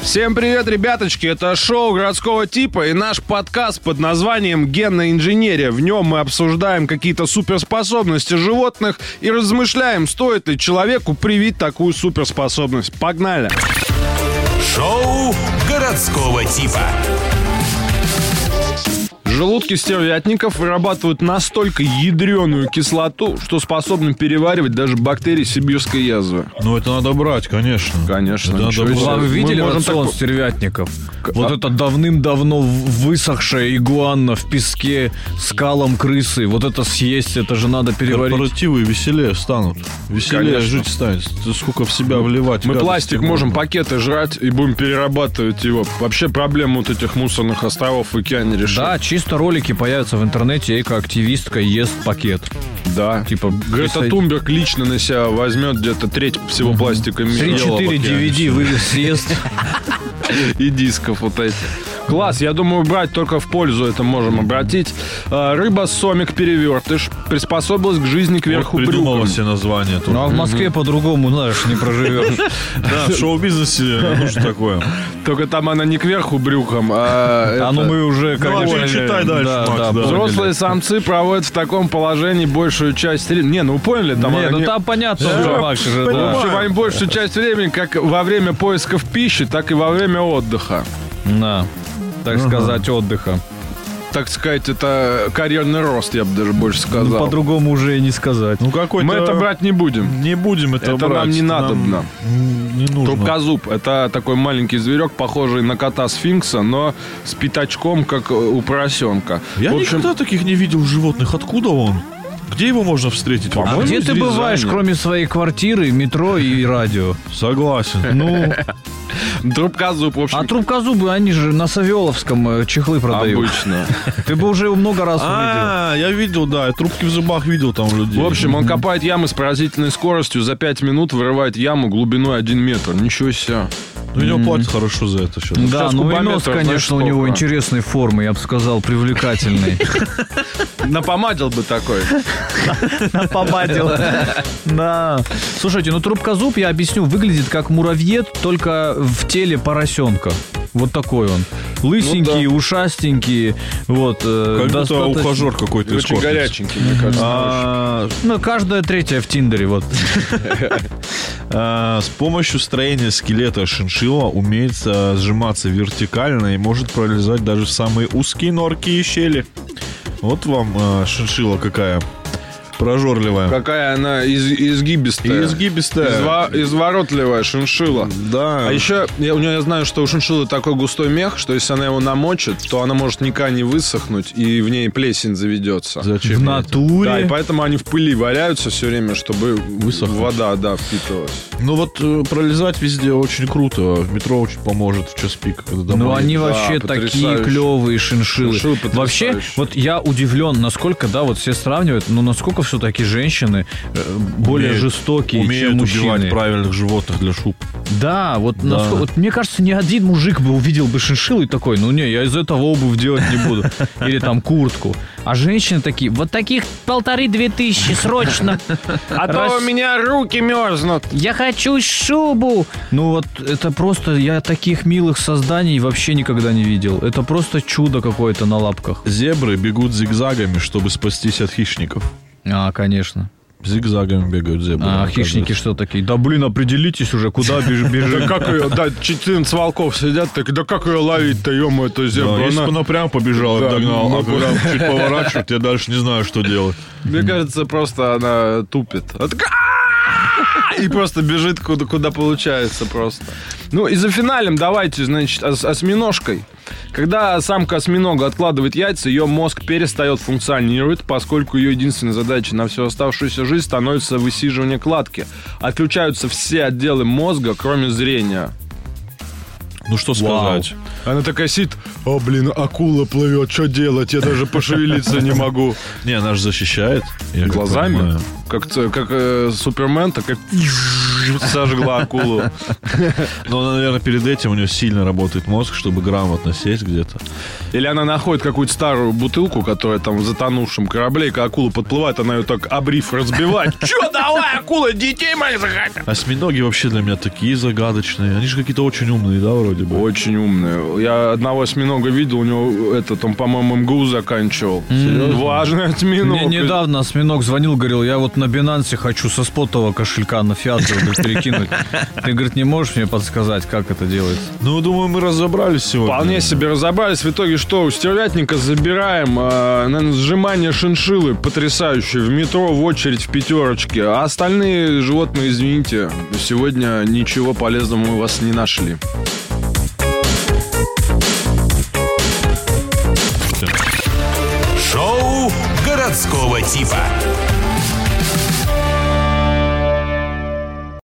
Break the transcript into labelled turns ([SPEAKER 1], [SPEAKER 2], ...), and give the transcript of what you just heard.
[SPEAKER 1] Всем привет, ребяточки! Это шоу городского типа и наш подкаст под названием «Генная инженерия». В нем мы обсуждаем какие-то суперспособности животных и размышляем, стоит ли человеку привить такую суперспособность. Погнали!
[SPEAKER 2] Шоу городского типа.
[SPEAKER 1] Желудки стервятников вырабатывают настолько ядреную кислоту, что способны переваривать даже бактерии сибирской язвы.
[SPEAKER 3] Ну, это надо брать, конечно.
[SPEAKER 1] Конечно.
[SPEAKER 3] Это надо брать.
[SPEAKER 4] Вы видели рацион стервятников? Вот это давным-давно высохшая игуана в песке с калом крысы. Вот это съесть, это же надо переварить.
[SPEAKER 3] Корпоративы веселее станут. Веселее
[SPEAKER 1] Конечно.
[SPEAKER 3] жить станет. Сколько в себя вливать.
[SPEAKER 1] Мы
[SPEAKER 3] гадости
[SPEAKER 1] пластик
[SPEAKER 3] можно.
[SPEAKER 1] можем пакеты жрать и будем перерабатывать его. Вообще проблему вот этих мусорных островов в океане решим.
[SPEAKER 4] Да, чисто ролики появятся в интернете, эко-активистка ест пакет.
[SPEAKER 1] Да.
[SPEAKER 4] Типа,
[SPEAKER 1] Грета Тунберг лично на себя возьмет где-то треть всего пластика мира.
[SPEAKER 4] 3-4 DVD вывез, съест.
[SPEAKER 1] И дисков вот эти. Класс, я думаю, брать только в пользу это можем обратить. Рыба-сомик-перевертыш приспособилась к жизни кверху
[SPEAKER 3] Вот придумала
[SPEAKER 1] брюком.
[SPEAKER 3] все названия.
[SPEAKER 4] Ну, а в Москве по-другому, знаешь, не проживешь.
[SPEAKER 3] Да, в шоу-бизнесе нужно такое.
[SPEAKER 1] Только там она не кверху брюком, а...
[SPEAKER 4] Ну мы уже,
[SPEAKER 3] Ну,
[SPEAKER 4] конечно...
[SPEAKER 3] читай дальше, Макс, да.
[SPEAKER 1] Взрослые самцы проводят в таком положении большую часть времени. Не, ну поняли, там
[SPEAKER 4] Не,
[SPEAKER 1] она
[SPEAKER 4] ну
[SPEAKER 1] не-
[SPEAKER 4] там понятно уже, Макс, же,
[SPEAKER 1] В
[SPEAKER 4] да.
[SPEAKER 1] общем, они большую часть времени как во время поисков пищи, так и во время отдыха.
[SPEAKER 4] Да, так сказать, отдыха.
[SPEAKER 1] Так сказать, это карьерный рост, я бы даже больше сказал.
[SPEAKER 4] Ну, по-другому уже и не сказать.
[SPEAKER 3] Ну, какой-то...
[SPEAKER 1] Мы это брать не будем.
[SPEAKER 3] Не будем это
[SPEAKER 1] Это
[SPEAKER 3] брать.
[SPEAKER 1] нам не надобно.
[SPEAKER 3] Не нужно.
[SPEAKER 1] Трубкозуб — это такой маленький зверек, похожий на кота-сфинкса, но с пятачком, как у поросенка.
[SPEAKER 3] Я
[SPEAKER 1] В общем,
[SPEAKER 3] никогда таких не видел животных. Откуда он? Где его можно встретить?
[SPEAKER 4] А
[SPEAKER 1] По-моему,
[SPEAKER 4] где
[SPEAKER 1] из
[SPEAKER 4] ты бываешь,
[SPEAKER 1] Рязани.
[SPEAKER 4] кроме своей квартиры, метро и радио?
[SPEAKER 3] Согласен.
[SPEAKER 4] Ну,
[SPEAKER 1] трубкозуб, в общем,
[SPEAKER 4] а трубкозубы, они же на Савеловском чехлы продают.
[SPEAKER 1] обычно.
[SPEAKER 4] Ты бы уже много раз увидел.
[SPEAKER 3] Я видел, да. Я трубки в зубах видел там у людей.
[SPEAKER 1] В общем, он копает ямы с поразительной скоростью, за 5 минут вырывает яму глубиной 1 метр. Ничего себе.
[SPEAKER 3] Ну, его платят хорошо за это сейчас.
[SPEAKER 4] Да,
[SPEAKER 1] сейчас
[SPEAKER 4] ну и нос,
[SPEAKER 1] кубометр, знаешь,
[SPEAKER 4] конечно, у него
[SPEAKER 1] сколько?
[SPEAKER 4] интересной формы, я бы сказал, привлекательный.
[SPEAKER 1] Напомадил бы такой.
[SPEAKER 4] Напомадил. Да. Слушайте, ну трубкозуб, я объясню, выглядит как муравьед, только в теле поросенка. Вот такой он. Лысенький,
[SPEAKER 1] Ну
[SPEAKER 4] ушастенький. Вот.
[SPEAKER 3] Как будто ухажер какой-то из
[SPEAKER 1] Очень
[SPEAKER 3] кормится.
[SPEAKER 1] горяченький, мне кажется.
[SPEAKER 4] Ну, каждая третья в Тиндере, вот.
[SPEAKER 3] С помощью строения скелета шиншилла умеет сжиматься вертикально и может пролезать даже в самые узкие норки и щели. Вот вам шиншилла какая прожорливая.
[SPEAKER 1] Какая она изгибистая.
[SPEAKER 3] Изгибистая.
[SPEAKER 1] Изворотливая шиншилла.
[SPEAKER 3] Да.
[SPEAKER 1] А еще я знаю, что у шиншиллы такой густой мех, что если она его намочит, то она может никогда не высохнуть, и в ней плесень заведется.
[SPEAKER 3] Зачем?
[SPEAKER 4] В натуре.
[SPEAKER 1] Да, и поэтому они в пыли валяются все время, чтобы
[SPEAKER 3] Высохнуть.
[SPEAKER 1] вода, да, впитывалась.
[SPEAKER 3] Ну вот пролезать везде очень круто. В метро очень поможет в час пик, когда домой.
[SPEAKER 4] Ну, они вообще
[SPEAKER 1] потрясающе.
[SPEAKER 4] такие клевые шиншиллы.
[SPEAKER 1] Шиншиллы
[SPEAKER 4] Вообще,
[SPEAKER 1] потрясающие.
[SPEAKER 4] вот я удивлен, насколько, да, вот все сравнивают, но насколько все-таки женщины более
[SPEAKER 3] Умеют-
[SPEAKER 4] жестокие,
[SPEAKER 3] умеют
[SPEAKER 4] чем
[SPEAKER 3] убивать
[SPEAKER 4] мужчины.
[SPEAKER 3] правильных животных для шуб.
[SPEAKER 4] Да, вот,
[SPEAKER 3] Да.
[SPEAKER 4] вот мне кажется, ни один мужик бы увидел бы шиншиллу и такой, ну не, я из этого обувь делать не буду. Или там куртку. А женщины такие, вот таких 1500 срочно.
[SPEAKER 1] А то у меня руки мерзнут.
[SPEAKER 4] Я хочу шубу. Ну вот это просто, я таких милых созданий вообще никогда не видел. Это просто чудо какое-то на лапках.
[SPEAKER 3] Зебры бегут зигзагами, чтобы спастись от хищников.
[SPEAKER 4] А, конечно.
[SPEAKER 3] Зигзагами бегают зебры.
[SPEAKER 4] А хищники что такие? Да блин, определитесь уже, куда бежим.
[SPEAKER 1] Да как ее, да, 14 волков сидят, так да как ее ловить-то, ё-моё, это
[SPEAKER 3] Да,
[SPEAKER 1] зебра.
[SPEAKER 3] если бы
[SPEAKER 1] Она-
[SPEAKER 3] она прям побежала,
[SPEAKER 1] Да,
[SPEAKER 3] догнал,
[SPEAKER 1] ну,
[SPEAKER 3] а когда чуть поворачивает, я дальше не знаю, что делать.
[SPEAKER 1] Мне кажется, просто она тупит. Она такая, «А-а-а!» И просто бежит куда получается просто. Ну и за финалем давайте, значит, с осьминожкой. Когда самка осьминога откладывает яйца, ее мозг перестает функционировать, поскольку ее единственной задачей на всю оставшуюся жизнь становится высиживание кладки. Отключаются все отделы мозга, кроме зрения.
[SPEAKER 3] Ну что сказать?
[SPEAKER 1] Она такая сидит, о, блин, акула плывет, что делать? Я даже пошевелиться не могу.
[SPEAKER 3] Не, она же защищает. Я как
[SPEAKER 1] Глазами,
[SPEAKER 3] понимаю.
[SPEAKER 1] как Супермен, такая... сожгла акулу.
[SPEAKER 3] Но, наверное, перед этим у нее сильно работает мозг, чтобы грамотно сесть где-то.
[SPEAKER 1] Или она находит какую-то старую бутылку, которая там в затонувшем корабле, и когда акула подплывает, она ее так об риф разбивает. Че, давай, акула, детей моих захотят.
[SPEAKER 3] Осьминоги вообще для меня такие загадочные. Они же какие-то очень умные, да, вроде бы?
[SPEAKER 1] Очень умные. Я одного осьминога видел, у него он, по-моему, МГУ заканчивал. Важный осьминог.
[SPEAKER 4] Мне недавно осьминог звонил, говорил, я вот на Binance хочу со спотового кошелька на фиат перекинуть. Ты, говорит, не можешь мне подсказать, как это делается?
[SPEAKER 3] Ну, думаю, мы разобрались сегодня.
[SPEAKER 1] Вполне себе разобрались. В итоге что? У стервятника забираем, наверное, сжимание шиншиллы потрясающее. В метро в очередь в пятерочке. А остальные животные, извините, сегодня ничего полезного мы у вас не нашли.
[SPEAKER 2] Шоу городского типа.